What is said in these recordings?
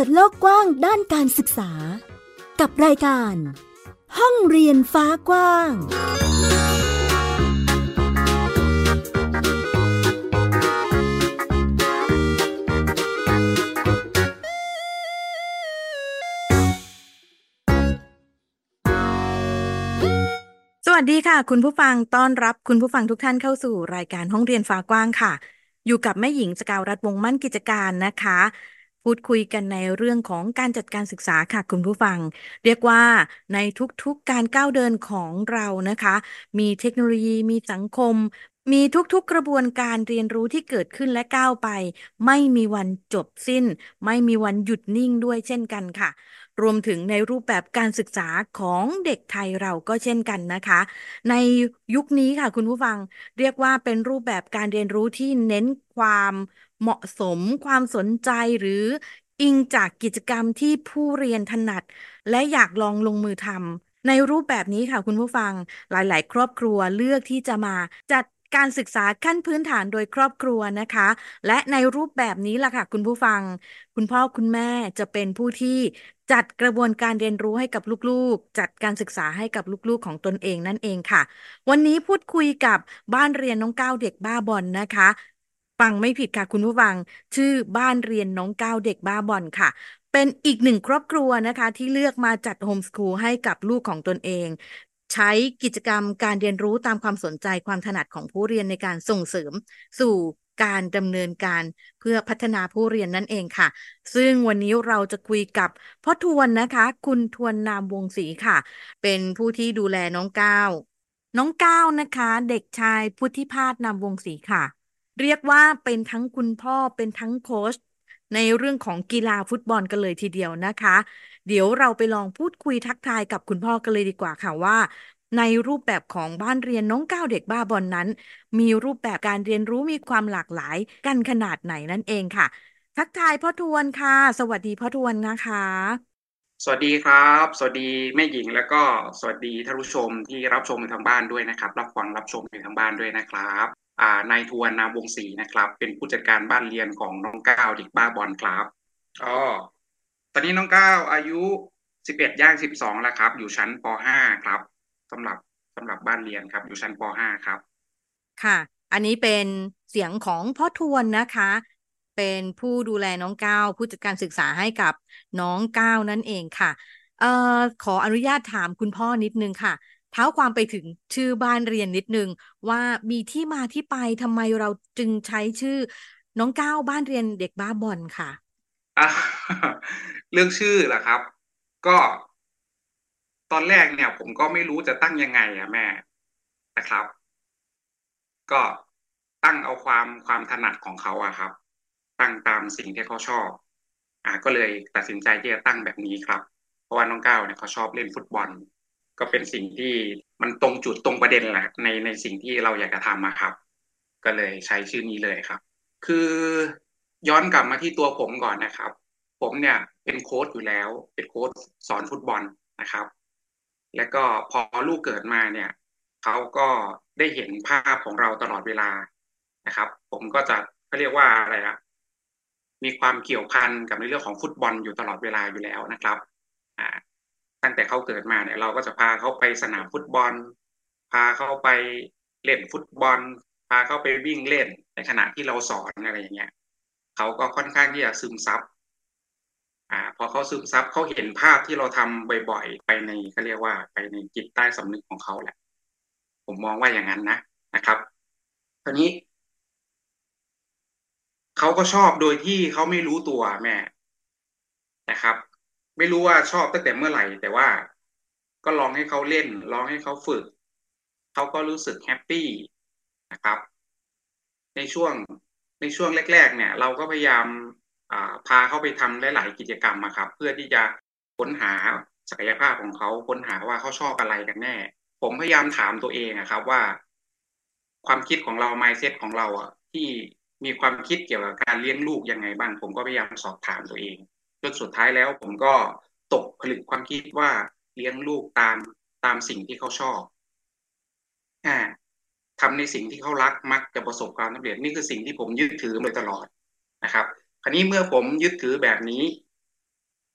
โลกกว้างด้านการศึกษากับรายการห้องเรียนฟ้ากว้างสวัสดีค่ะคุณผู้ฟังต้อนรับคุณผู้ฟังทุกท่านเข้าสู่รายการห้องเรียนฟ้ากว้างค่ะอยู่กับแม่หญิงสกาวรัตน์วงศ์มั่นกิจการนะคะพูดคุยกันในเรื่องของการจัดการศึกษาค่ะคุณผู้ฟังเรียกว่าในทุกๆการก้าวเดินของเรานะคะมีเทคโนโลยีมีสังคมมีทุกๆกระบวนการเรียนรู้ที่เกิดขึ้นและก้าวไปไม่มีวันจบสิ้นไม่มีวันหยุดนิ่งด้วยเช่นกันค่ะรวมถึงในรูปแบบการศึกษาของเด็กไทยเราก็เช่นกันนะคะในยุคนี้ค่ะคุณผู้ฟังเรียกว่าเป็นรูปแบบการเรียนรู้ที่เน้นความเหมาะสมความสนใจหรืออิงจากกิจกรรมที่ผู้เรียนถนัดและอยากลองลงมือทำในรูปแบบนี้ค่ะคุณผู้ฟังหลายๆครอบครัวเลือกที่จะมาจัดการศึกษาขั้นพื้นฐานโดยครอบครัวนะคะและในรูปแบบนี้ล่ะค่ะคุณผู้ฟังคุณพ่อคุณแม่จะเป็นผู้ที่จัดกระบวนการเรียนรู้ให้กับลูกๆจัดการศึกษาให้กับลูกๆของตนเองนั่นเองค่ะวันนี้พูดคุยกับบ้านเรียนน้องก้าวเด็กบ้าบอลนะคะฟังไม่ผิดค่ะคุณผู้ฟังชื่อบ้านเรียนน้องก้าวเด็กบ้าบอลค่ะเป็นอีกหนึ่งครอบครัวนะคะที่เลือกมาจัดโฮมสคูลให้กับลูกของตนเองใช้กิจกรรมการเรียนรู้ตามความสนใจความถนัดของผู้เรียนในการส่งเสริมสู่การดำเนินการเพื่อพัฒนาผู้เรียนนั่นเองค่ะซึ่งวันนี้เราจะคุยกับพ่อทวนนะคะคุณทวนนามวงศ์ศรีค่ะเป็นผู้ที่ดูแลน้องก้าวนะคะเด็กชายพุทธิภาสนามวงศ์ศรีค่ะเรียกว่าเป็นทั้งคุณพ่อเป็นทั้งโค้ชในเรื่องของกีฬาฟุตบอลกันเลยทีเดียวนะคะเดี๋ยวเราไปลองพูดคุยทักทายกับคุณพ่อกันเลยดีกว่าค่ะว่าในรูปแบบของบ้านเรียนน้องก้าวเด็กบ้าบอลนั้นมีรูปแบบการเรียนรู้มีความหลากหลายกันขนาดไหนนั่นเองค่ะทักทายพ่อทวนค่ะสวัสดีพ่อทวนนะคะสวัสดีครับสวัสดีแม่หญิงแล้วก็สวัสดีท่านผู้ชมที่รับชมอยู่ทางบ้านด้วยนะครับรับฟังรับชมอยู่ทางบ้านด้วยนะครับนายทวนนามวงศ์ศรีนะครับเป็นผู้จัดการบ้านเรียนของน้องก้าวเด็กบ้าบอลครับอ๋อตอนนี้น้องก้าวอายุ11ย่าง12แล้วครับอยู่ชั้นป .5 ครับสำหรับสำหรับบ้านเรียนครับอยู่ชั้นป .5 ครับค่ะอันนี้เป็นเสียงของพ่อทวนนะคะเป็นผู้ดูแลน้องก้าวผู้จัดการศึกษาให้กับน้องก้าวนั่นเองค่ะเอ่อขออนุญาตถามคุณพ่อนิดนึงค่ะเท้าความไปถึงชื่อบ้านเรียนนิดนึงว่ามีที่มาที่ไปทำไมเราจึงใช้ชื่อน้องก้าวบ้านเรียนเด็กบ้าบอลค่ะอ่ะเรื่องชื่อล่ะครับก็ตอนแรกเนี่ยผมก็ไม่รู้จะตั้งยังไงอะแม่นะครับ ก็ตั้งเอาความถนัดของเขาอะครับตั้งตามสิ่งที่เขาชอบก็เลยตัดสินใจที่จะตั้งแบบนี้ครับเพราะว่าน้องก้าวเนี่ยเขาชอบเล่นฟุตบอลก็เป็นสิ่งที่มันตรงจุดตรงประเด็นแหละในสิ่งที่เราอยากจะทำอะครับก็เลยใช้ชื่อนี้เลยครับคือย้อนกลับมาที่ตัวผมก่อนนะครับผมเนี่ยเป็นโค้ชอยู่แล้วเป็นโค้ชสอนฟุตบอลนะครับแล้วก็พอลูกเกิดมาเนี่ย เขาก็ได้เห็นภาพของเราตลอดเวลานะครับผมก็จะเขาเรียกว่าอะไรอะมีความเกี่ยวพันกับในเรื่องของฟุตบอลอยู่ตลอดเวลาอยู่แล้วนะครับอ่าตั้งแต่เขาเกิดมาเนี่ยเราก็จะพาเขาไปสนามฟุตบอลพาเขาไปเล่นฟุตบอลพาเขาไปวิ่งเล่นในขณะที่เราสอนอะไรอย่างเงี้ยเขาก็ค่อนข้างที่จะซึมซับพอเขาซึมซับเขาเห็นภาพที่เราทำบ่อยๆไปในเขาเรียกว่าไปในจิตใต้สำนึกของเขาแหละ ผมมองว่าอย่างนั้นนะครับตอนนี้เขาก็ชอบโดยที่เขาไม่รู้ตัวแม่นะครับไม่รู้ว่าชอบตั้งแต่เมื่อไหร่แต่ว่าก็ลองให้เขาเล่นลองให้เขาฝึกเขาก็รู้สึกแฮปปี้นะครับในช่วงในช่วงแรกๆเนี่ยเราก็พยายามพาเขาไปทำหลายๆกิจกรรมครับเพื่อที่จะค้นหาศักยภาพของเขาค้นหาว่าเขาชอบอะไรกันแน่ผมพยายามถามตัวเองครับว่า ความคิดของเรา mindset ของเราที่มีความคิดเกี่ยวกับการเลี้ยงลูกยังไงบ้างผมก็พยายามสอบถามตัวเองจนสุดท้ายแล้วผมก็ตกผลึกความคิดว่าเลี้ยงลูกตามสิ่งที่เขาชอบอ่าทำในสิ่งที่เขารักมักจะประสบความสำเร็จนี่คือสิ่งที่ผมยึดถือมาโดยตลอดนะครับคราวนี้เมื่อผมยึดถือแบบนี้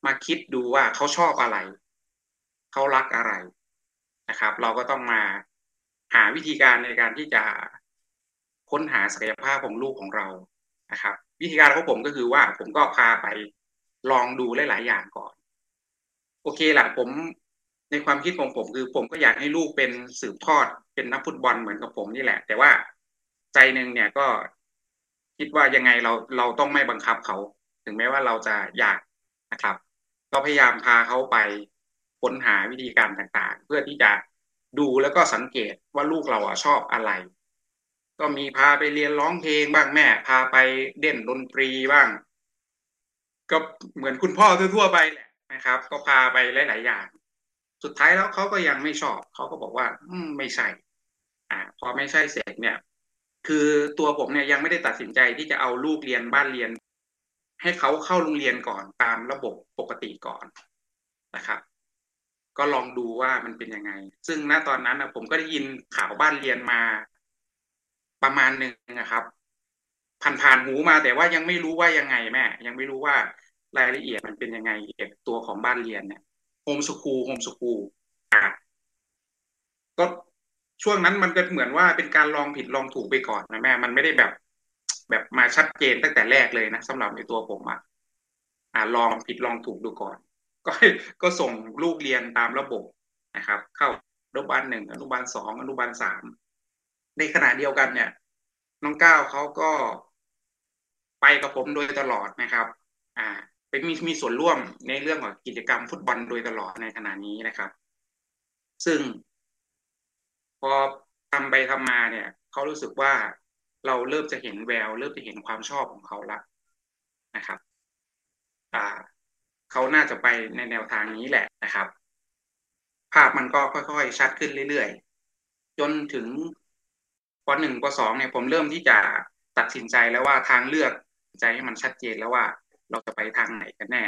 มาคิดดูว่าเขาชอบอะไรเขารักอะไรนะครับเราก็ต้องมาหาวิธีการในการที่จะค้นหาศักยภาพของลูกของเรานะครับวิธีการของผมก็คือว่าผมก็พาไปลองดูหลายๆอย่างก่อนโอเคแหละผมในความคิดของผมคือผมก็อยากให้ลูกเป็นสืบทอดเป็นนักฟุตบอลเหมือนกับผมนี่แหละแต่ว่าใจหนึ่งเนี่ยก็คิดว่ายังไงเราต้องไม่บังคับเขาถึงแม้ว่าเราจะอยากนะครับก็พยายามพาเขาไปค้นหาวิธีการต่างๆเพื่อที่จะดูแล้วก็สังเกตว่าลูกเราชอบอะไรก็มีพาไปเรียนร้องเพลงบ้างแม่พาไปเล่นดนตรีบ้างก็เหมือนคุณพ่อทั่วๆไปแหละนะครับก็พาไปหลายๆอย่างสุดท้ายแล้วเขาก็ยังไม่ชอบเขาก็บอกว่าไม่ใช่พอไม่ใช่เสร็จเนี่ยคือตัวผมเนี่ยยังไม่ได้ตัดสินใจที่จะเอาลูกเรียนบ้านเรียนให้เขาเข้าโรงเรียนก่อนตามระบบปกติก่อนนะครับก็ลองดูว่ามันเป็นยังไงซึ่งณตอนนั้นผมก็ได้ยินข่าวบ้านเรียนมาประมาณหนึ่งนะครับผ่านหูมาแต่ว่ายังไม่รู้ว่ายังไงแม่ยังไม่รู้ว่ารายละเอียดมันเป็นยังไงเกี่ยวกับตัวของบ้านเรียนเนี่ยโฮมสคูลอ่ะก็ช่วงนั้นมันก็เหมือนว่าเป็นการลองผิดลองถูกไปก่อนนะแม่มันไม่ได้แบบมาชัดเจนตั้งแต่แรกเลยนะสำหรับในตัวผมลองผิดลองถูกดูก่อนก็ก็ส่งลูกเรียนตามระบบนะครับเข้าอนุบาล1อนุบาล2อนุบาล3ในขณะเดียวกันเนี่ยน้องก้าวเขาก็ไปกับผมโดยตลอดนะครับเป็นมีส่วนร่วมในเรื่องของกิจกรรมฟุตบอลโดยตลอดในขณะนี้นะครับซึ่งพอทำไปทำมาเนี่ยเขารู้สึกว่าเราเริ่มจะเห็นแววเริ่มจะเห็นความชอบของเขาละนะครับอ่าเขาน่าจะไปในแนวทางนี้แหละนะครับภาพมันก็ค่อยๆชัดขึ้นเรื่อยๆจนถึงป.1 ป.2เนี่ยผมเริ่มที่จะตัดสินใจแล้วว่าทางเลือกใจให้มันชัดเจนแล้วว่าเราจะไปทางไหนกันแน่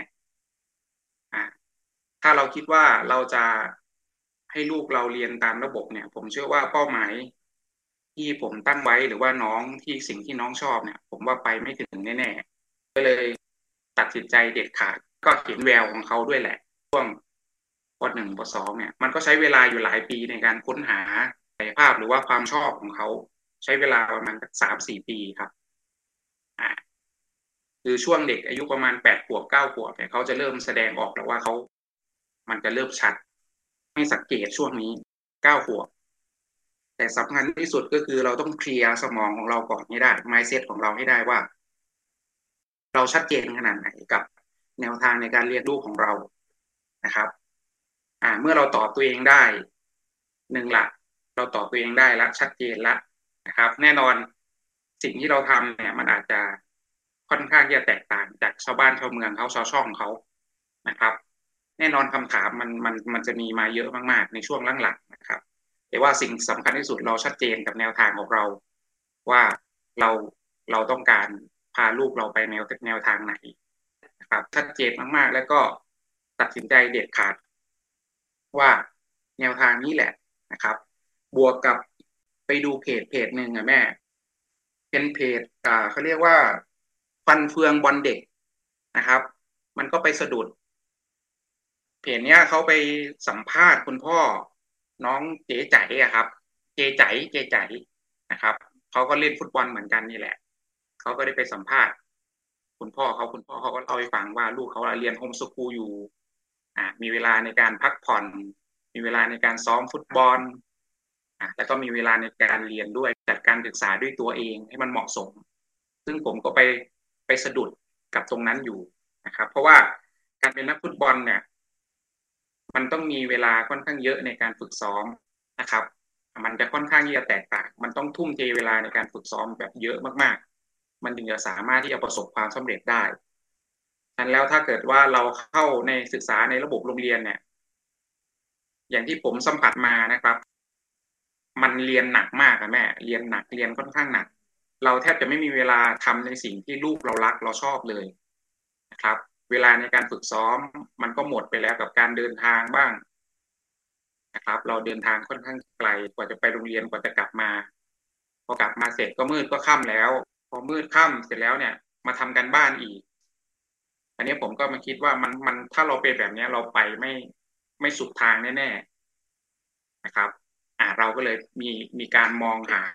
ถ้าเราคิดว่าเราจะให้ลูกเราเรียนตามระบบเนี่ยผมเชื่อว่าเป้าหมายที่ผมตั้งไว้หรือว่าน้องที่สิ่งที่น้องชอบเนี่ยผมว่าไปไม่ถึงแน่ๆก็เลยตัดสินใจเด็ดขาดก็เห็นแววของเขาด้วยแหละช่วงป.1 ป.2เนี่ยมันก็ใช้เวลาอยู่หลายปีในการค้นหาศักยภาพหรือว่าความชอบของเขาใช้เวลาประมาณ3-4 ปีครับคือช่วงเด็กอายุประมาณ8 ขวบ 9 ขวบเนี่ยเขาจะเริ่มแสดงออกแล้วว่ามันจะเริ่มชัดให้สังเกตช่วงนี้9 ขวบแต่สำคัญที่สุดก็คือเราต้องเคลียร์สมองของเราก่อนให้ได้ mindset ของเราให้ได้ว่าเราชัดเจนขนาดไหนกับแนวทางในการเรียนรู้ของเรานะครับเมื่อเราตอบตัวเองได้1 หลักเราตอบตัวเองได้แล้วชัดเจนแล้วนะครับแน่นอนสิ่งที่เราทำเนี่ยมันอาจจะค่อนข้างที่จะแตกต่างจากชาวบ้านชาวเมืองเขาชาวช่องเขานะครับแน่นอนคำถามมันจะมีมาเยอะมากๆในช่วงหลังๆนะครับแต่ว่าสิ่งสำคัญที่สุดเราชัดเจนกับแนวทางของเราว่าเราเราต้องการพาลูกเราไปแนวทางไหนนะครับชัดเจนมากๆแล้วก็ตัดสินใจเด็ดขาดว่าแนวทางนี้แหละนะครับบวกกับไปดูเพจหนึ่งแม่เป็นเพจเขาเรียกว่าฟันเฟืองบอลเด็กนะครับมันก็ไปสะดุดเพจเนี้ยเขาไปสัมภาษณ์คุณพ่อน้องเจ๋ใจครับเจ๋ใจนะครับเขาก็เล่นฟุตบอลเหมือนกันนี่แหละเขาก็ได้ไปสัมภาษณ์คุณพ่อเขาก็เล่าให้ฟังว่าลูกเขาเรียนโฮมสคูลอยู่มีเวลาในการพักผ่อนมีเวลาในการซ้อมฟุตบอลแล้วก็มีเวลาในการเรียนด้วยจัดการศึกษาด้วยตัวเองให้มันเหมาะสมซึ่งผมก็ไปสะดุดกับตรงนั้นอยู่นะครับเพราะว่าการเป็นนักฟุตบอลเนี่ยมันต้องมีเวลาค่อนข้างเยอะในการฝึกซ้อมนะครับมันจะค่อนข้างที่จะแตกต่างมันต้องทุ่มเทเวลาในการฝึกซ้อมแบบเยอะมากๆมันถึงจะสามารถที่จะประสบความสำเร็จได้ฉะนั้นแล้วถ้าเกิดว่าเราเข้าในศึกษาในระบบโรงเรียนเนี่ยอย่างที่ผมสัมผัสมานะครับมันเรียนหนักมากแม่เรียนหนักเรียนค่อนข้างหนักเราแทบจะไม่มีเวลาทำในสิ่งที่ลูกเรารักเราชอบเลยนะครับเวลาในการฝึกซ้อมมันก็หมดไปแล้วกับการเดินทางบ้างนะครับเราเดินทางค่อนข้างไกลกว่าจะไปโรงเรียนกว่าจะกลับมาพอกลับมาเสร็จก็มืดก็ค่ำแล้วพอมืดค่ำเสร็จแล้วเนี่ยมาทำการบ้านอีกอันนี้ผมก็มาคิดว่ามันถ้าเราเป็นแบบนี้เราไปไม่สุดทางแน่ๆนะครับเราก็เลยมีการมองหา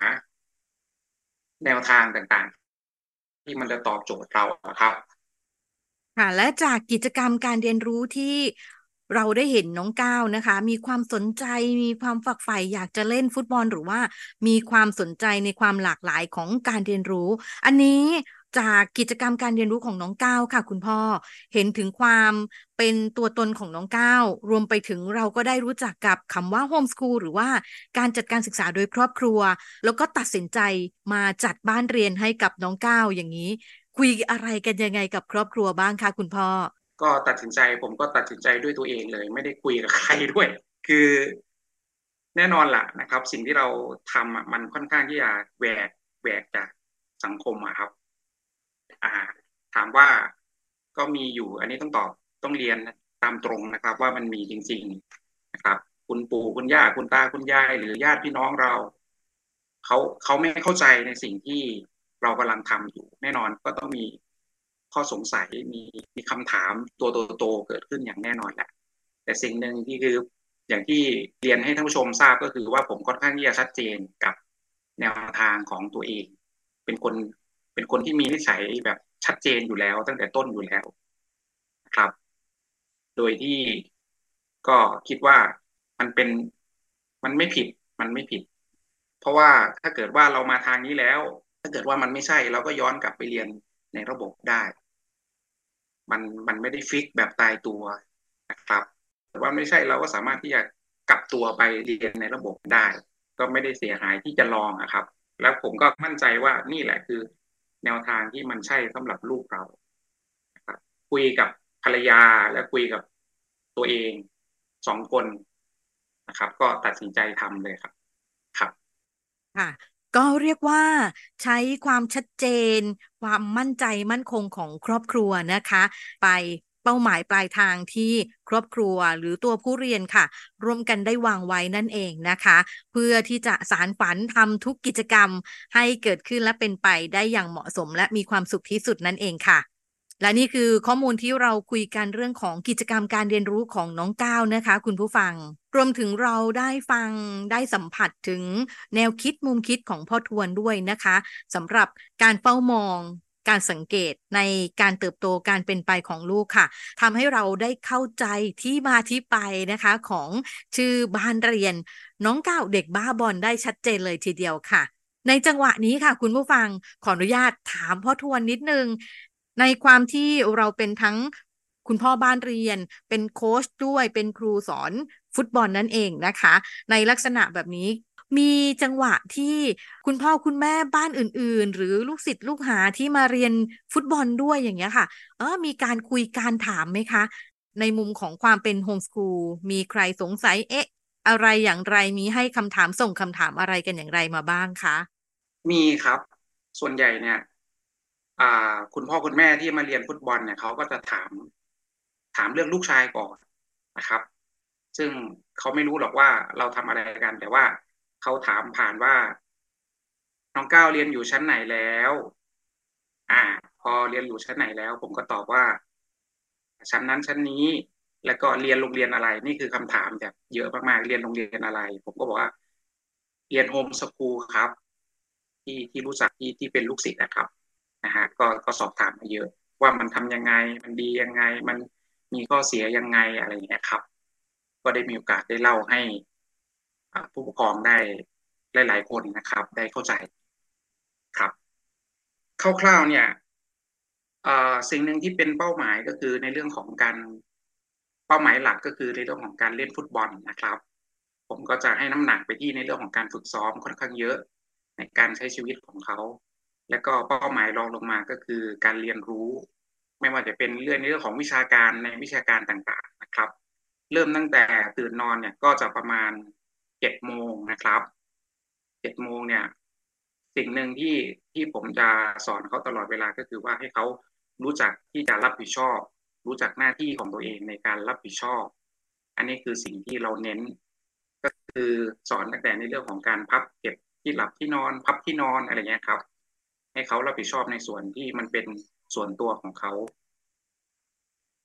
แนวทางต่างๆที่มันจะตอบโจทย์เราครับค่ะและจากกิจกรรมการเรียนรู้ที่เราได้เห็นน้องก้าวนะคะมีความสนใจมีความฝักใฝ่อยากจะเล่นฟุตบอลหรือว่ามีความสนใจในความหลากหลายของการเรียนรู้อันนี้จากกิจกรรมการเรียนรู้ของน้องก้าวค่ะคุณพ่อเห็นถึงความเป็นตัวตนของน้องก้าวรวมไปถึงเราก็ได้รู้จักกับคำว่าโฮมสคูลหรือว่าการจัดการศึกษาโดยครอบครัวแล้วก็ตัดสินใจมาจัดบ้านเรียนให้กับน้องก้าวอย่างนี้ คุยอะไรกันยังไงกับครอบครัวบ้างคะคุณพ่อก็ตัดสินใจผมก็ตัดสินใจด้วยตัวเองเลยไม่ได้คุยกับใครด้วยคือแน่นอนล่ะนะครับสิ่งที่เราทำมันค่อนข้างที่จะแหวกจากสังคมครับอ่าถามว่าก็มีอยู่อันนี้ต้องตอบต้องเรียนตามตรงนะครับว่ามันมีจริงๆนะครับคุณปู่คุณย่าคุณตาคุณยายหรือญาติพี่น้องเราเขาไม่เข้าใจในสิ่งที่เรากำลังทำอยู่แน่นอนก็ต้องมีข้อสงสัยมีคำถามตัวโตๆเกิดขึ้นอย่างแน่นอนแหละแต่สิ่งหนึ่งที่คืออย่างที่เรียนให้ท่านผู้ชมทราบก็คือว่าผมค่อนข้างที่จะชัดเจนกับแนวทางของตัวเองเป็นคนเป็นคนที่มีนิสัยแบบชัดเจนอยู่แล้วตั้งแต่ต้นอยู่แล้วนะครับโดยที่ก็คิดว่ามันเป็นมันไม่ผิดมันไม่ผิดเพราะว่าถ้าเกิดว่าเรามาทางนี้แล้วถ้าเกิดว่ามันไม่ใช่เราก็ย้อนกลับไปเรียนในระบบได้มันไม่ได้ฟิกแบบตายตัวนะครับแต่ว่าไม่ใช่เราก็สามารถที่จะกลับตัวไปเรียนในระบบได้ก็ไม่ได้เสียหายที่จะลองครับแล้วผมก็มั่นใจว่านี่แหละคือแนวทางที่มันใช่สำหรับลูกเรานะครับคุยกับภรรยาและคุยกับตัวเอง2 คนนะครับก็ตัดสินใจทำเลยครับครับค่ะก็เรียกว่าใช้ความชัดเจนความมั่นใจมั่นคงของครอบครัวนะคะไปเป้าหมายปลายทางที่ครอบครัวหรือตัวผู้เรียนค่ะร่วมกันได้วางไว้นั่นเองนะคะเพื่อที่จะสานฝันทำทุกกิจกรรมให้เกิดขึ้นและเป็นไปได้อย่างเหมาะสมและมีความสุขที่สุดนั่นเองค่ะ และนี่คือข้อมูลที่เราคุยกันเรื่องของกิจกรรมการเรียนรู้ของน้องก้าวนะคะคุณผู้ฟังรวมถึงเราได้ฟังได้สัมผัสถึงแนวคิดมุมคิดของพ่อทวนด้วยนะคะสำหรับการเฝ้ามองการสังเกตในการเติบโตการเป็นไปของลูกค่ะทำให้เราได้เข้าใจที่มาที่ไปนะคะของชื่อบ้านเรียนน้องก้าวเด็กบ้าบอลได้ชัดเจนเลยทีเดียวค่ะ ในจังหวะนี้ค่ะคุณผู้ฟังขออนุญาตถามพ่อทวนนิดนึงในความที่เราเป็นทั้งคุณพ่อบ้านเรียนเป็นโค้ชด้วยเป็นครูสอนฟุตบอลนั่นเองนะคะในลักษณะแบบนี้มีจังหวะที่คุณพ่อคุณแม่บ้านอื่นๆหรือลูกศิษย์ลูกหาที่มาเรียนฟุตบอลด้วยอย่างเงี้ยค่ะมีการคุยการถามไหมคะในมุมของความเป็นโฮมสคูลมีใครสงสัยอะไรอย่างไรมีให้คำถามส่งคำถามอะไรกันอย่างไรมาบ้างคะมีครับส่วนใหญ่เนี่ยคุณพ่อคุณแม่ที่มาเรียนฟุตบอลเนี่ยเขาก็จะถามเรื่องลูกชายก่อนนะครับ ซึ่งเขาไม่รู้หรอกว่าเราทำอะไรกันแต่ว่าเขาถามผ่านว่าน้องก้าวเรียนอยู่ชั้นไหนแล้วอ่าพอเรียนอยู่ชั้นไหนแล้วผมก็ตอบว่าชั้นนั้นชั้นนี้แล้วก็เรียนโรงเรียนอะไรนี่คือคำถามแบบเยอะมากๆเรียนโรงเรียนอะไรผมก็บอกว่าเรียนโฮมสคูลครับที่รู้จักที่เป็นลูกศิษย์นะครับนะฮะก็สอบถามมาเยอะว่ามันทำยังไงมันดียังไงมันมีข้อเสียยังไงอะไรอย่างเงี้ยครับก็ได้มีโอกาสได้เล่าให้ผู้ปกครองได้หลายๆคนนะครับได้เข้าใจครับคร่าวๆเนี่ยสิ่งหนึ่งที่เป็นเป้าหมายก็คือในเรื่องของการเป้าหมายหลักก็คือในเรื่องของการเล่นฟุตบอลนะครับผมก็จะให้น้ำหนักไปที่ในเรื่องของการฝึกซ้อมค่อนข้างเยอะในการใช้ชีวิตของเขาแล้วก็เป้าหมายรองลงมาก็คือการเรียนรู้ไม่ว่าจะเป็นเรื่องในเรื่องของวิชาการในวิชาการต่างๆนะครับเริ่มตั้งแต่ตื่นนอนเนี่ยก็จะประมาณ7 โมงนะครับ7 โมงเนี่ยสิ่งหนึ่งที่ผมจะสอนเขาตลอดเวลาก็คือว่าให้เขารู้จักที่จะรับผิดชอบรู้จักหน้าที่ของตัวเองในการรับผิดชอบอันนี้คือสิ่งที่เราเน้นคือสอนตั้งแต่ในเรื่องของการพับเก็บที่หลับที่นอนพับที่นอนอะไรเงี้ยครับให้เขารับผิดชอบในส่วนที่มันเป็นส่วนตัวของเขา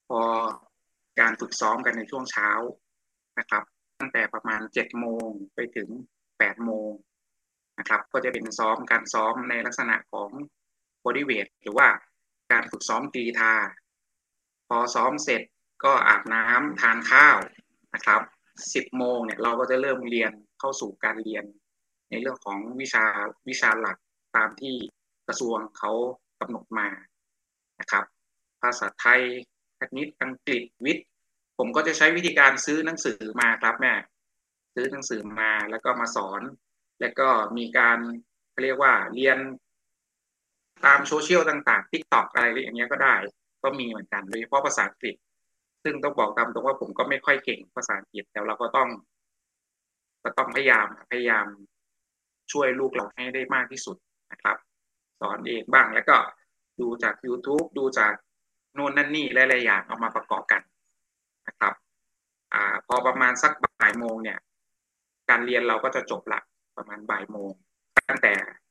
พอการฝึกซ้อมกันในช่วงเช้านะครับตั้งแต่ประมาณ7 โมงไปถึง8 โมงนะครับก็จะเป็นการซ้อมในลักษณะของ body weight หรือว่าการฝึกซ้อมกรีฑาพอซ้อมเสร็จก็อาบน้ำทานข้าวนะครับ10 โมงเนี่ยเราก็จะเริ่มเรียนเข้าสู่การเรียนในเรื่องของวิชาหลักตามที่กระทรวงเขากำหนดมานะครับภาษาไทยคณิตอังกฤษวิทย์ผมก็จะใช้วิธีการซื้อหนังสือมาครับแม่ซื้อหนังสือมาแล้วก็มาสอนแล้วก็มีการเรียกว่าเรียนตามโซเชียลต่างๆ TikTok อะไรอย่างเงี้ยก็ได้ก็มีเหมือนกันโดยเฉพาะภาษาอังกฤษซึ่งต้องบอกตามตรงว่าผมก็ไม่ค่อยเก่งภาษาอังกฤษแต่เราก็ต้องพยายามช่วยลูกเราให้ได้มากที่สุดนะครับสอนเองบ้างแล้วก็ดูจาก YouTube ดูจากโน่นนั่นนี่หลายๆอย่างเอามาประกอบกันนะครับพอประมาณสักบ่ายโมงเนี่ยการเรียนเราก็จะจบละประมาณบ่ายโมงตั้งแต่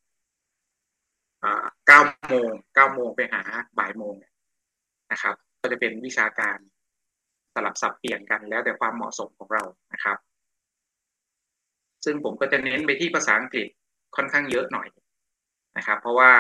9 โมงไปหาบ่ายโมงนะครับก็จะเป็นวิชาการสลับสับเปลี่ยนกันแล้วแต่ความเหมาะสมของเรานะครับซึ่งผมก็จะเน้นไปที่ภาษาอังกฤษค่อนข้างเยอะหน่อยนะครับเพราะว่า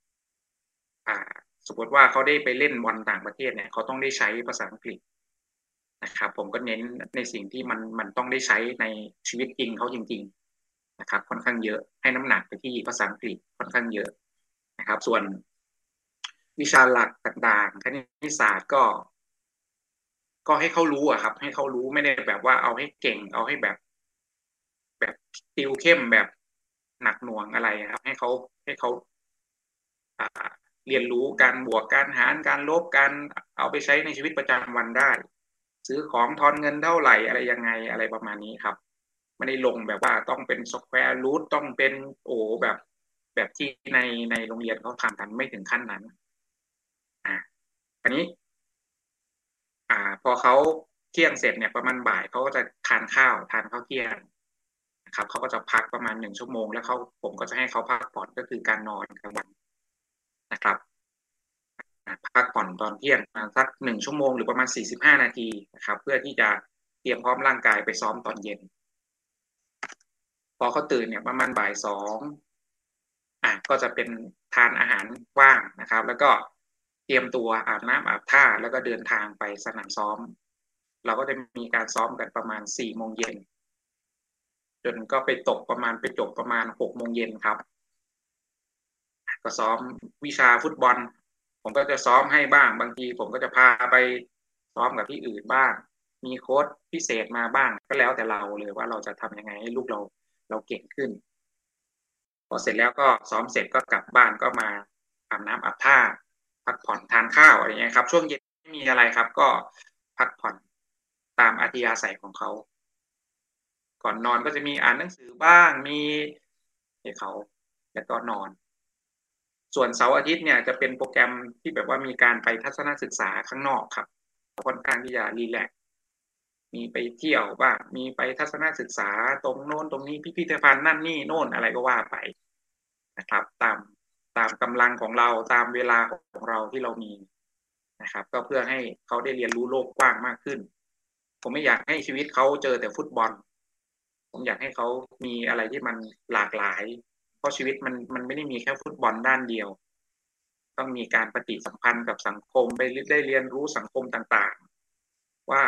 สมมติว่าเขาได้ไปเล่นบอลต่างประเทศเนี่ยเขาต้องได้ใช้ภาษาอังกฤษนะครับผมก็เน้นในสิ่งที่มันต้องได้ใช้ในชีวิตจริงเขาจริงๆนะครับค่อนข้างเยอะให้น้ำหนักไปที่ภาษาอังกฤษค่อนข้างเยอะนะครับส่วนวิชาหลักต่างๆคณิตศาสตร์ก็ให้เขารู้อะครับให้เขารู้ไม่ได้แบบว่าเอาให้เก่งเอาให้แบบติวเข้มแบบหนักหน่วงอะไรครับให้เขาเรียนรู้การบวกการหารการลบการเอาไปใช้ในชีวิตประจำวันได้ซื้อของทอนเงินเท่าไหร่อะไรยังไงอะไรประมาณนี้ครับไม่ได้ลงแบบว่าต้องเป็นสแควร์รูทต้องเป็นแบบที่ในโรงเรียนเขาทำกันไม่ถึงขั้นนั้นอันนี้พอเขาเที่ยงเสร็จเนี่ยประมาณบ่ายเขาก็จะทานข้าวเที่ยงนะครับเขาก็จะพักประมาณ1 ชั่วโมงแล้วผมก็จะให้เขาพักผ่อนก็คือการนอนกลางวันนะครับพักผ่อนตอนเที่ยงสัก1 ชั่วโมงหรือประมาณ45 นาทีนะครับเพื่อที่จะเตรียมพร้อมร่างกายไปซ้อมตอนเย็นพอเขาตื่นเนี่ยประมาณบ่าย 2ก็จะเป็นทานอาหารว่างนะครับแล้วก็เตรียมตัวอาบน้ำอาบท่าแล้วก็เดินทางไปสนามซ้อมเราก็จะมีการซ้อมกันประมาณ4 โมงเย็นจนก็ไปจบประมาณ6 โมงเย็นครับก็ซ้อมวิชาฟุตบอลผมก็จะซ้อมให้บ้างบางทีผมก็จะพาไปซ้อมกับที่อื่นบ้างมีโค้ชพิเศษมาบ้างก็แล้วแต่เราเลยว่าเราจะทำยังไงให้ลูกเราเก่งขึ้นพอเสร็จแล้วก็ซ้อมเสร็จก็กลับบ้านก็มาอาบน้ำอาบท่าพักผ่อนทานข้าวอะไรเงี้ยครับช่วงเย็นไม่มีอะไรครับก็พักผ่อนตามอัธยาศัยของเขาก่อนนอนก็จะมีอ่านหนังสือบ้างมีให้เขาแล้วก็นอนส่วนเสาร์อาทิตย์เนี่ยจะเป็นโปรแกรมที่แบบว่ามีการไปทัศนศึกษาข้างนอกครับค่อนข้างที่จะรีแลกซ์มีไปเที่ยวบ้างมีไปทัศนศึกษาตรงโน้นตรงนี้พิพิธภัณฑ์นั่นนี่โน่นอะไรก็ว่าไปนะครับตามกำลังของเราตามเวลาของเราที่เรามีนะครับก็เพื่อให้เขาได้เรียนรู้โลกกว้างมากขึ้นผมไม่อยากให้ชีวิตเขาเจอแต่ฟุตบอลผมอยากให้เขามีอะไรที่มันหลากหลายเพราะชีวิตมันไม่ได้มีแค่ฟุตบอลด้านเดียวต้องมีการปฏิสัมพันธ์กับสังคมไปได้เรียนรู้สังคมต่างๆว่า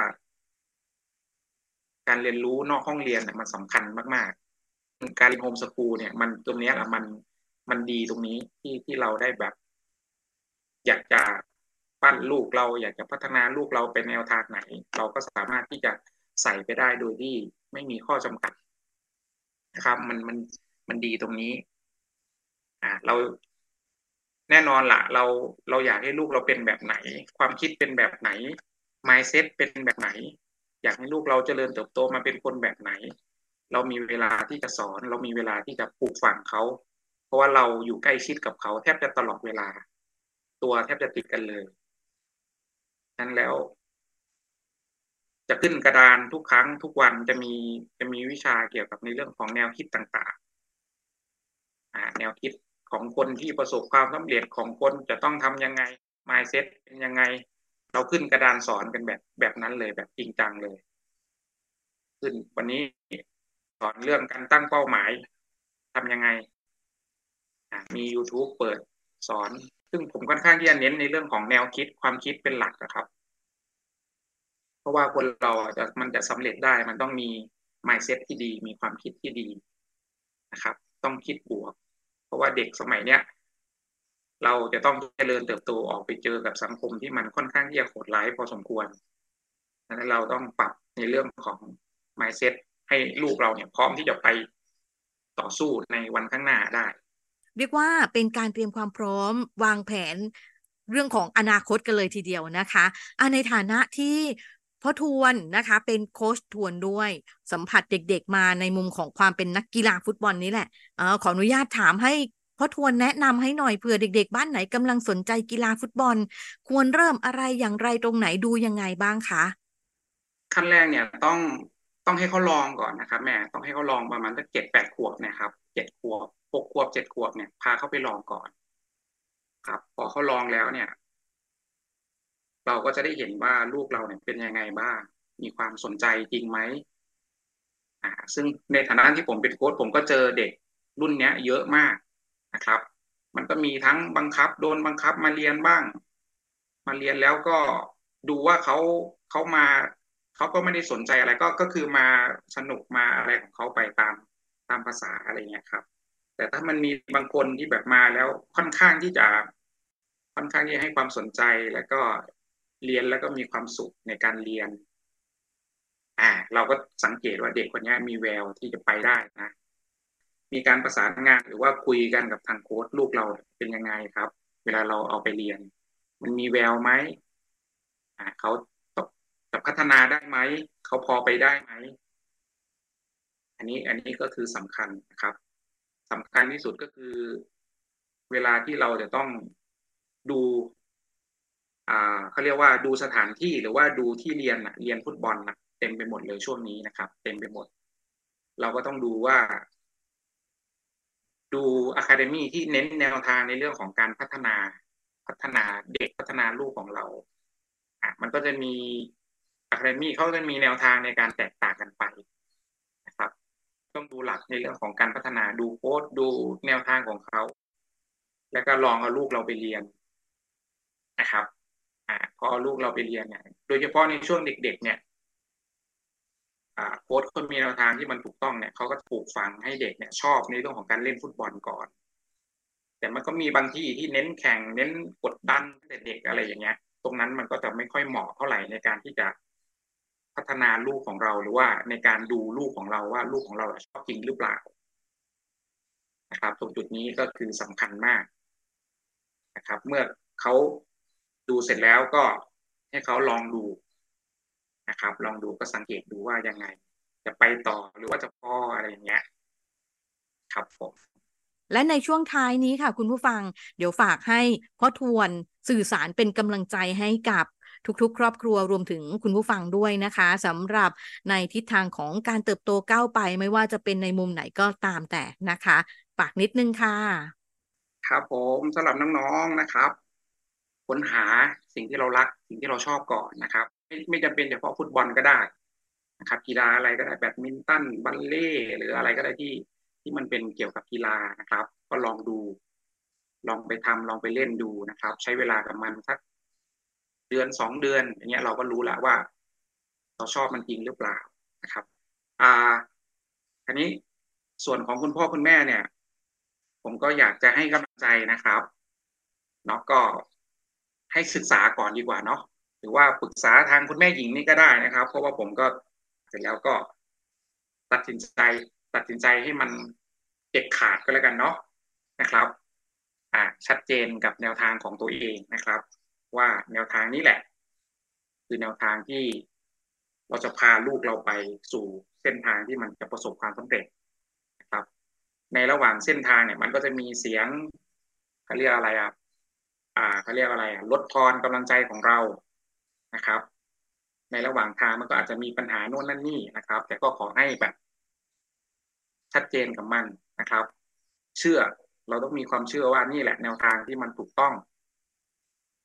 การเรียนรู้นอกห้องเรียนมันสำคัญมากๆการเรียนโฮมสคูลเนี่ยมันตรงนี้แหละมันดีตรงนี้ที่เราได้แบบอยากจะปั้นลูกเราอยากจะพัฒนาลูกเราเป็นแนวทางไหนเราก็สามารถที่จะใส่ไปได้โดยที่ไม่มีข้อจำกัดนะครับมันดีตรงนี้เราแน่นอนล่ะเราอยากให้ลูกเราเป็นแบบไหนความคิดเป็นแบบไหน mindset เป็นแบบไหนอยากให้ลูกเราเจริญเติบโตมาเป็นคนแบบไหนเรามีเวลาที่จะสอนเรามีเวลาที่จะปลูกฝังเขาเพราะว่าเราอยู่ใกล้ชิดกับเขาแทบจะตลอดเวลาตัวแทบจะติดกันเลยนั้นแล้วจะขึ้นกระดานทุกครั้งทุกวันจะมีวิชาเกี่ยวกับในเรื่องของแนวคิดต่างๆแนวคิดของคนที่ประสบความสำเร็จของคนจะต้องทำยังไง mindset เป็นยังไงเราขึ้นกระดานสอนกันแบบนั้นเลยแบบจริงจังเลยขึ้นวันนี้สอนเรื่องการตั้งเป้าหมายทำยังไงมี YouTube เปิดสอนซึ่งผมค่อนข้างที่จะเน้นในเรื่องของแนวคิดความคิดเป็นหลักครับเพราะว่าคนเรามันจะสำเร็จได้มันต้องมี mindset ที่ดีมีความคิดที่ดีนะครับต้องคิดบวกเพราะว่าเด็กสมัยเนี้ยเราจะต้องเจริญเติบโตออกไปเจอกับสังคมที่มันค่อนข้างที่จะโหดร้ายพอสมควรดังนั้นเราต้องปรับในเรื่องของ mindset ให้ลูกเราเนี่ยพร้อมที่จะไปต่อสู้ในวันข้างหน้าได้เรียกว่าเป็นการเตรียมความพร้อมวางแผนเรื่องของอนาคตกันเลยทีเดียวนะคะในฐานะที่พ่อทวนนะคะเป็นโค้ชทวนด้วยสัมผัสเด็กๆมาในมุมของความเป็นนักกีฬาฟุตบอลนี้แหละขออนุญาตถามให้พ่อทวนแนะนำให้หน่อยเผื่อเด็กๆบ้านไหนกำลังสนใจกีฬาฟุตบอลควรเริ่มอะไรอย่างไรตรงไหนดูยังไงบ้างคะขั้นแรกเนี่ยต้องให้เขาลองก่อนนะครับแม่ต้องให้เขาลองประมาณสัก7-8 ขวบเนี่ยครับ7 ขวบ6 ขวบ7 ขวบเนี่ยพาเขาไปลองก่อนครับพอเขาลองแล้วเนี่ยเราก็จะได้เห็นว่าลูกเราเนี่ยเป็นยังไงบ้างมีความสนใจจริงไหมซึ่งในฐานะที่ผมเป็นโค้ชผมก็เจอเด็กรุ่นเนี้ยเยอะมากนะครับมันก็มีทั้งบังคับโดนบังคับมาเรียนบ้างมาเรียนแล้วก็ดูว่าเขามาเขาก็ไม่ได้สนใจอะไรก็คือมาสนุกมาอะไรของเขาไปตามภาษาอะไรเงี้ยครับแต่ถ้ามันมีบางคนที่แบบมาแล้วค่อนข้างที่จะให้ความสนใจแล้วก็เรียนแล้วก็มีความสุขในการเรียนเราก็สังเกตว่าเด็กคนนี้มีแววที่จะไปได้นะมีการประสานงานหรือว่าคุยกันกับทางโค้ชลูกเราเป็นยังไงครับเวลาเราเอาไปเรียนมันมีแววไหมเขาจะพัฒนาได้ไหมเขาพอไปได้ไหมอันนี้ก็คือสำคัญนะครับสำคัญที่สุดก็คือเวลาที่เราจะต้องดูเขาเรียกว่าดูสถานที่หรือว่าดูที่เรียนเรียนฟุตบอลเต็มไปหมดเลยช่วงนี้นะครับเต็มไปหมดเราก็ต้องดูว่าดูอะคาเดมี่ที่เน้นแนวทางในเรื่องของการพัฒนาเด็กพัฒนาลูกของเรามันก็จะมีอะคาเดมี่เขาจะมีแนวทางในการแตกต่างกันไปนะครับต้องดูหลักในเรื่องของการพัฒนาดูโค้ดดูแนวทางของเขาแล้วก็ลองเอาลูกเราไปเรียนนะครับพอเอาลูกเราไปเรียนเนี่ยโดยเฉพาะในช่วงเด็กๆเนี่ยโค้ชคนมีแนวทางที่มันถูกต้องเนี่ยเขาก็ปลูกฝังให้เด็กเนี่ยชอบในเรื่องของการเล่นฟุตบอลก่อนแต่มันก็มีบางที่ที่เน้นแข่งเน้นกดดันแต่เด็กอะไรอย่างเงี้ยตรงนั้นมันก็จะไม่ค่อยเหมาะเท่าไหร่ในการที่จะพัฒนาลูกของเราหรือว่าในการดูลูกของเราว่าลูกของเราชอบจริงหรือเปล่านะครับตรงจุดนี้ก็คือสำคัญมากนะครับเมื่อเขาดูเสร็จแล้วก็ให้เขาลองดูนะครับลองดูก็สังเกตดูว่ายังไงจะไปต่อหรือว่าจะพออะไรอย่างเงี้ยครับผมและในช่วงท้ายนี้ค่ะคุณผู้ฟังเดี๋ยวฝากให้พ่อทวนสื่อสารเป็นกำลังใจให้กับทุกๆครอบครัวรวมถึงคุณผู้ฟังด้วยนะคะสำหรับในทิศทางของการเติบโตก้าวไปไม่ว่าจะเป็นในมุมไหนก็ตามแต่นะคะฝากนิดนึงค่ะครับผมสำหรับน้องๆนะครับค้นหาสิ่งที่เรารักสิ่งที่เราชอบก่อนนะครับไม่จำเป็นเฉพาะฟุตบอลก็ได้นะครับกีฬาอะไรก็ได้แบดมินตันบัลเล่หรืออะไรก็ได้ที่มันเป็นเกี่ยวกับกีฬานะครับก็ลองดูลองไปทำลองไปเล่นดูนะครับใช้เวลากับมันสัก1-2 เดือนอย่างเงี้ยเราก็รู้แล้วว่าเราชอบมันจริงหรือเปล่านะครับอ่าอันนี้ส่วนของคุณพ่อคุณแม่เนี่ยผมก็อยากจะให้กำลังใจนะครับเนาะก็ให้ศึกษาก่อนดีกว่าเนาะหรือว่าปรึกษาทางคุณแม่หญิงนี่ก็ได้นะครับเพราะว่าผมก็เสร็จแล้วก็ตัดสินใจตัดสินใจให้มันเด็ดขาดก็แล้วกันเนาะนะครับชัดเจนกับแนวทางของตัวเองนะครับว่าแนวทางนี้แหละคือแนวทางที่เราจะพาลูกเราไปสู่เส้นทางที่มันจะประสบความสำเร็จนะครับในระหว่างเส้นทางเนี่ยมันก็จะมีเสียงเขาเรียกอะไรเขาเรียกอะไรลดทอนกำลังใจของเรานะครับในระหว่างทางมันก็อาจจะมีปัญหาโน่นนั่นนี่นะครับแต่ก็ขอให้แบบชัดเจนกับมันนะครับเชื่อเราต้องมีความเชื่อว่านี่แหละแนวทางที่มันถูกต้อง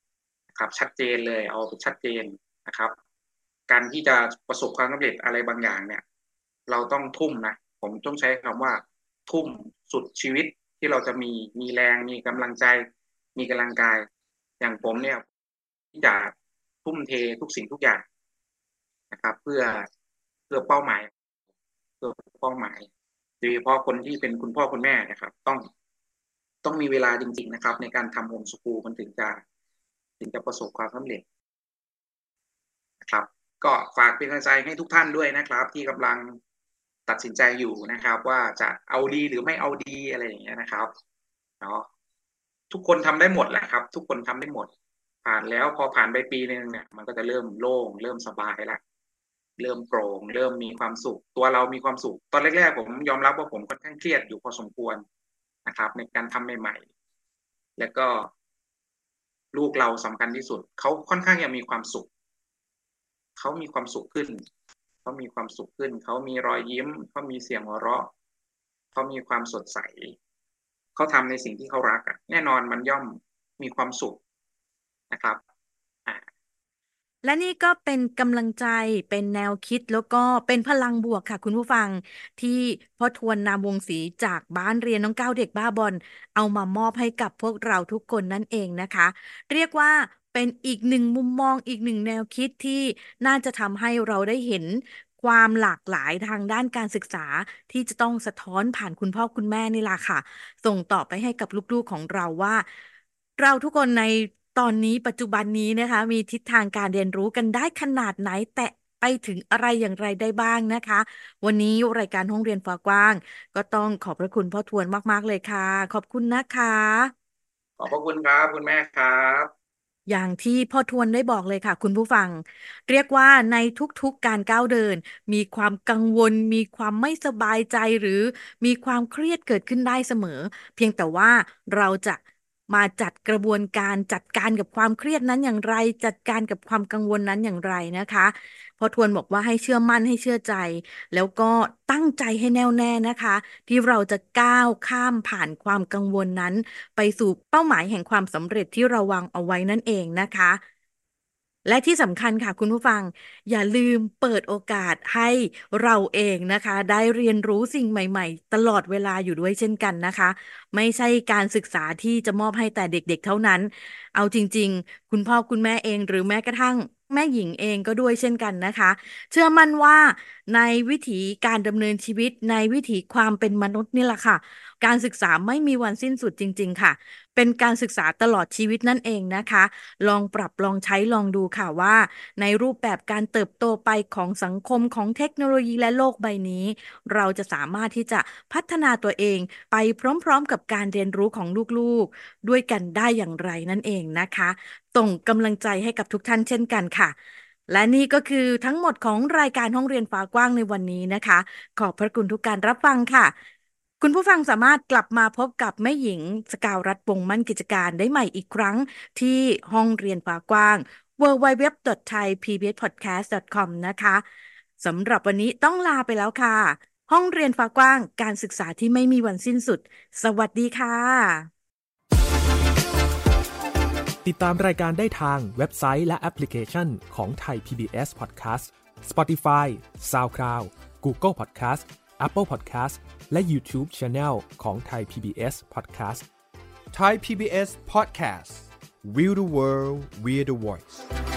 นะครับชัดเจนเลยเอาชัดเจนนะครับการที่จะประสบความสำเร็จอะไรบางอย่างเนี่ยเราต้องทุ่มนะผมต้องใช้คำว่าทุ่มสุดชีวิตที่เราจะมีแรงมีกำลังใจมีกำลังกายอย่างผมเนี่ยที่จะทุ่มเททุกสิ่งทุกอย่างนะครับเพื่อเป้าหมายโดยเฉพาะคนที่เป็นคุณพ่อคุณแม่นะครับต้องมีเวลาจริงๆนะครับในการทำโฮมสคูลมันถึงจะประสบความสำเร็จนะครับก็ฝากเป็นกำลังใจให้ทุกท่านด้วยนะครับที่กำลังตัดสินใจอยู่นะครับว่าจะเอาดีหรือไม่เอาดีอะไรอย่างเงี้ยนะครับเนาะทุกคนทำได้หมดแหละครับทุกคนทำได้หมดผ่านแล้วพอผ่านไปปีนึงเนี่ยมันก็จะเริ่มโล่งเริ่มสบายละเริ่มโปร่งเริ่มมีความสุขตัวเรามีความสุขตอนแรกๆผมยอมรับว่าผมค่อนข้างเครียดอยู่พอสมควรนะครับในการทำใหม่ๆแล้วก็ลูกเราสำคัญที่สุดเขาค่อนข้างยังมีความสุขเขามีความสุขขึ้นเขามีความสุขขึ้นเขามีรอยยิ้มเขามีเสียงหัวเราะเขามีความสดใสเขาทำในสิ่งที่เขารักแน่นอนมันย่อมมีความสุขนะครับและนี่ก็เป็นกำลังใจเป็นแนวคิดแล้วก็เป็นพลังบวกค่ะคุณผู้ฟังที่พ่อทวนนามวงศรีจากบ้านเรียนน้องก้าวเด็กบ้าบอลเอามามอบให้กับพวกเราทุกคนนั่นเองนะคะเรียกว่าเป็นอีกหนึ่งมุมมองอีกหนึ่งแนวคิดที่น่าจะทำให้เราได้เห็นความหลากหลายทางด้านการศึกษาที่จะต้องสะท้อนผ่านคุณพ่อคุณแม่นี่แหละค่ะส่งต่อไปให้กับลูกๆของเราว่าเราทุกคนในตอนนี้ปัจจุบันนี้นะคะมีทิศทางการเรียนรู้กันได้ขนาดไหนแต่ไปถึงอะไรอย่างไรได้บ้างนะคะวันนี้รายการห้องเรียนฟ้ากว้างก็ต้องขอบพระคุณพ่อทวนมากๆเลยค่ะขอบคุณนะคะขอบพระคุณครับคุณแม่ครับอย่างที่พ่อทวนได้บอกเลยค่ะคุณผู้ฟังเรียกว่าในทุกๆการก้าวเดินมีความกังวลมีความไม่สบายใจหรือมีความเครียดเกิดขึ้นได้เสมอเพียงแต่ว่าเราจะมาจัดกระบวนการจัดการกับความเครียดนั้นอย่างไรจัดการกับความกังวลนั้นอย่างไรนะคะพ่อทวนบอกว่าให้เชื่อมั่นให้เชื่อใจแล้วก็ตั้งใจให้แน่วแน่นะคะที่เราจะก้าวข้ามผ่านความกังวลนั้น ไปสู่เป้าหมายแห่งความสำเร็จที่เราวางเอาไว้นั่นเองนะคะและที่สำคัญค่ะคุณผู้ฟังอย่าลืมเปิดโอกาสให้เราเองนะคะได้เรียนรู้สิ่งใหม่ๆตลอดเวลาอยู่ด้วยเช่นกันนะคะไม่ใช่การศึกษาที่จะมอบให้แต่เด็กๆเท่านั้นเอาจริงๆคุณพ่อคุณแม่เองหรือแม้กระทั่งแม่หญิงเองก็ด้วยเช่นกันนะคะเชื่อมั่นว่าในวิถีการดำเนินชีวิตในวิถีความเป็นมนุษย์นี่แหละค่ะการศึกษาไม่มีวันสิ้นสุดจริงๆค่ะเป็นการศึกษาตลอดชีวิตนั่นเองนะคะลองปรับลองใช้ลองดูค่ะว่าในรูปแบบการเติบโตไปของสังคมของเทคโนโลยีและโลกใบนี้เราจะสามารถที่จะพัฒนาตัวเองไปพร้อมๆกับการเรียนรู้ของลูกๆด้วยกันได้อย่างไรนั่นเองนะคะส่งกำลังใจให้กับทุกท่านเช่นกันค่ะและนี่ก็คือทั้งหมดของรายการห้องเรียนฟ้ากว้างในวันนี้นะคะขอบพระคุณทุกการรับฟังค่ะคุณผู้ฟังสามารถกลับมาพบกับแม่หญิงสกาวรัตน์วงศ์มั่นกิจการได้ใหม่อีกครั้งที่ห้องเรียนฟ้ากว้าง www.thaipbspodcast.com นะคะสำหรับวันนี้ต้องลาไปแล้วค่ะห้องเรียนฟ้ากว้างการศึกษาที่ไม่มีวันสิ้นสุดสวัสดีค่ะติดตามรายการได้ทางเว็บไซต์และแอปพลิเคชันของ Thai PBS Podcast Spotify SoundCloud Google Podcast Apple Podcast และ YouTube Channel ของ Thai PBS Podcast Thai PBS Podcast We the World We the Voice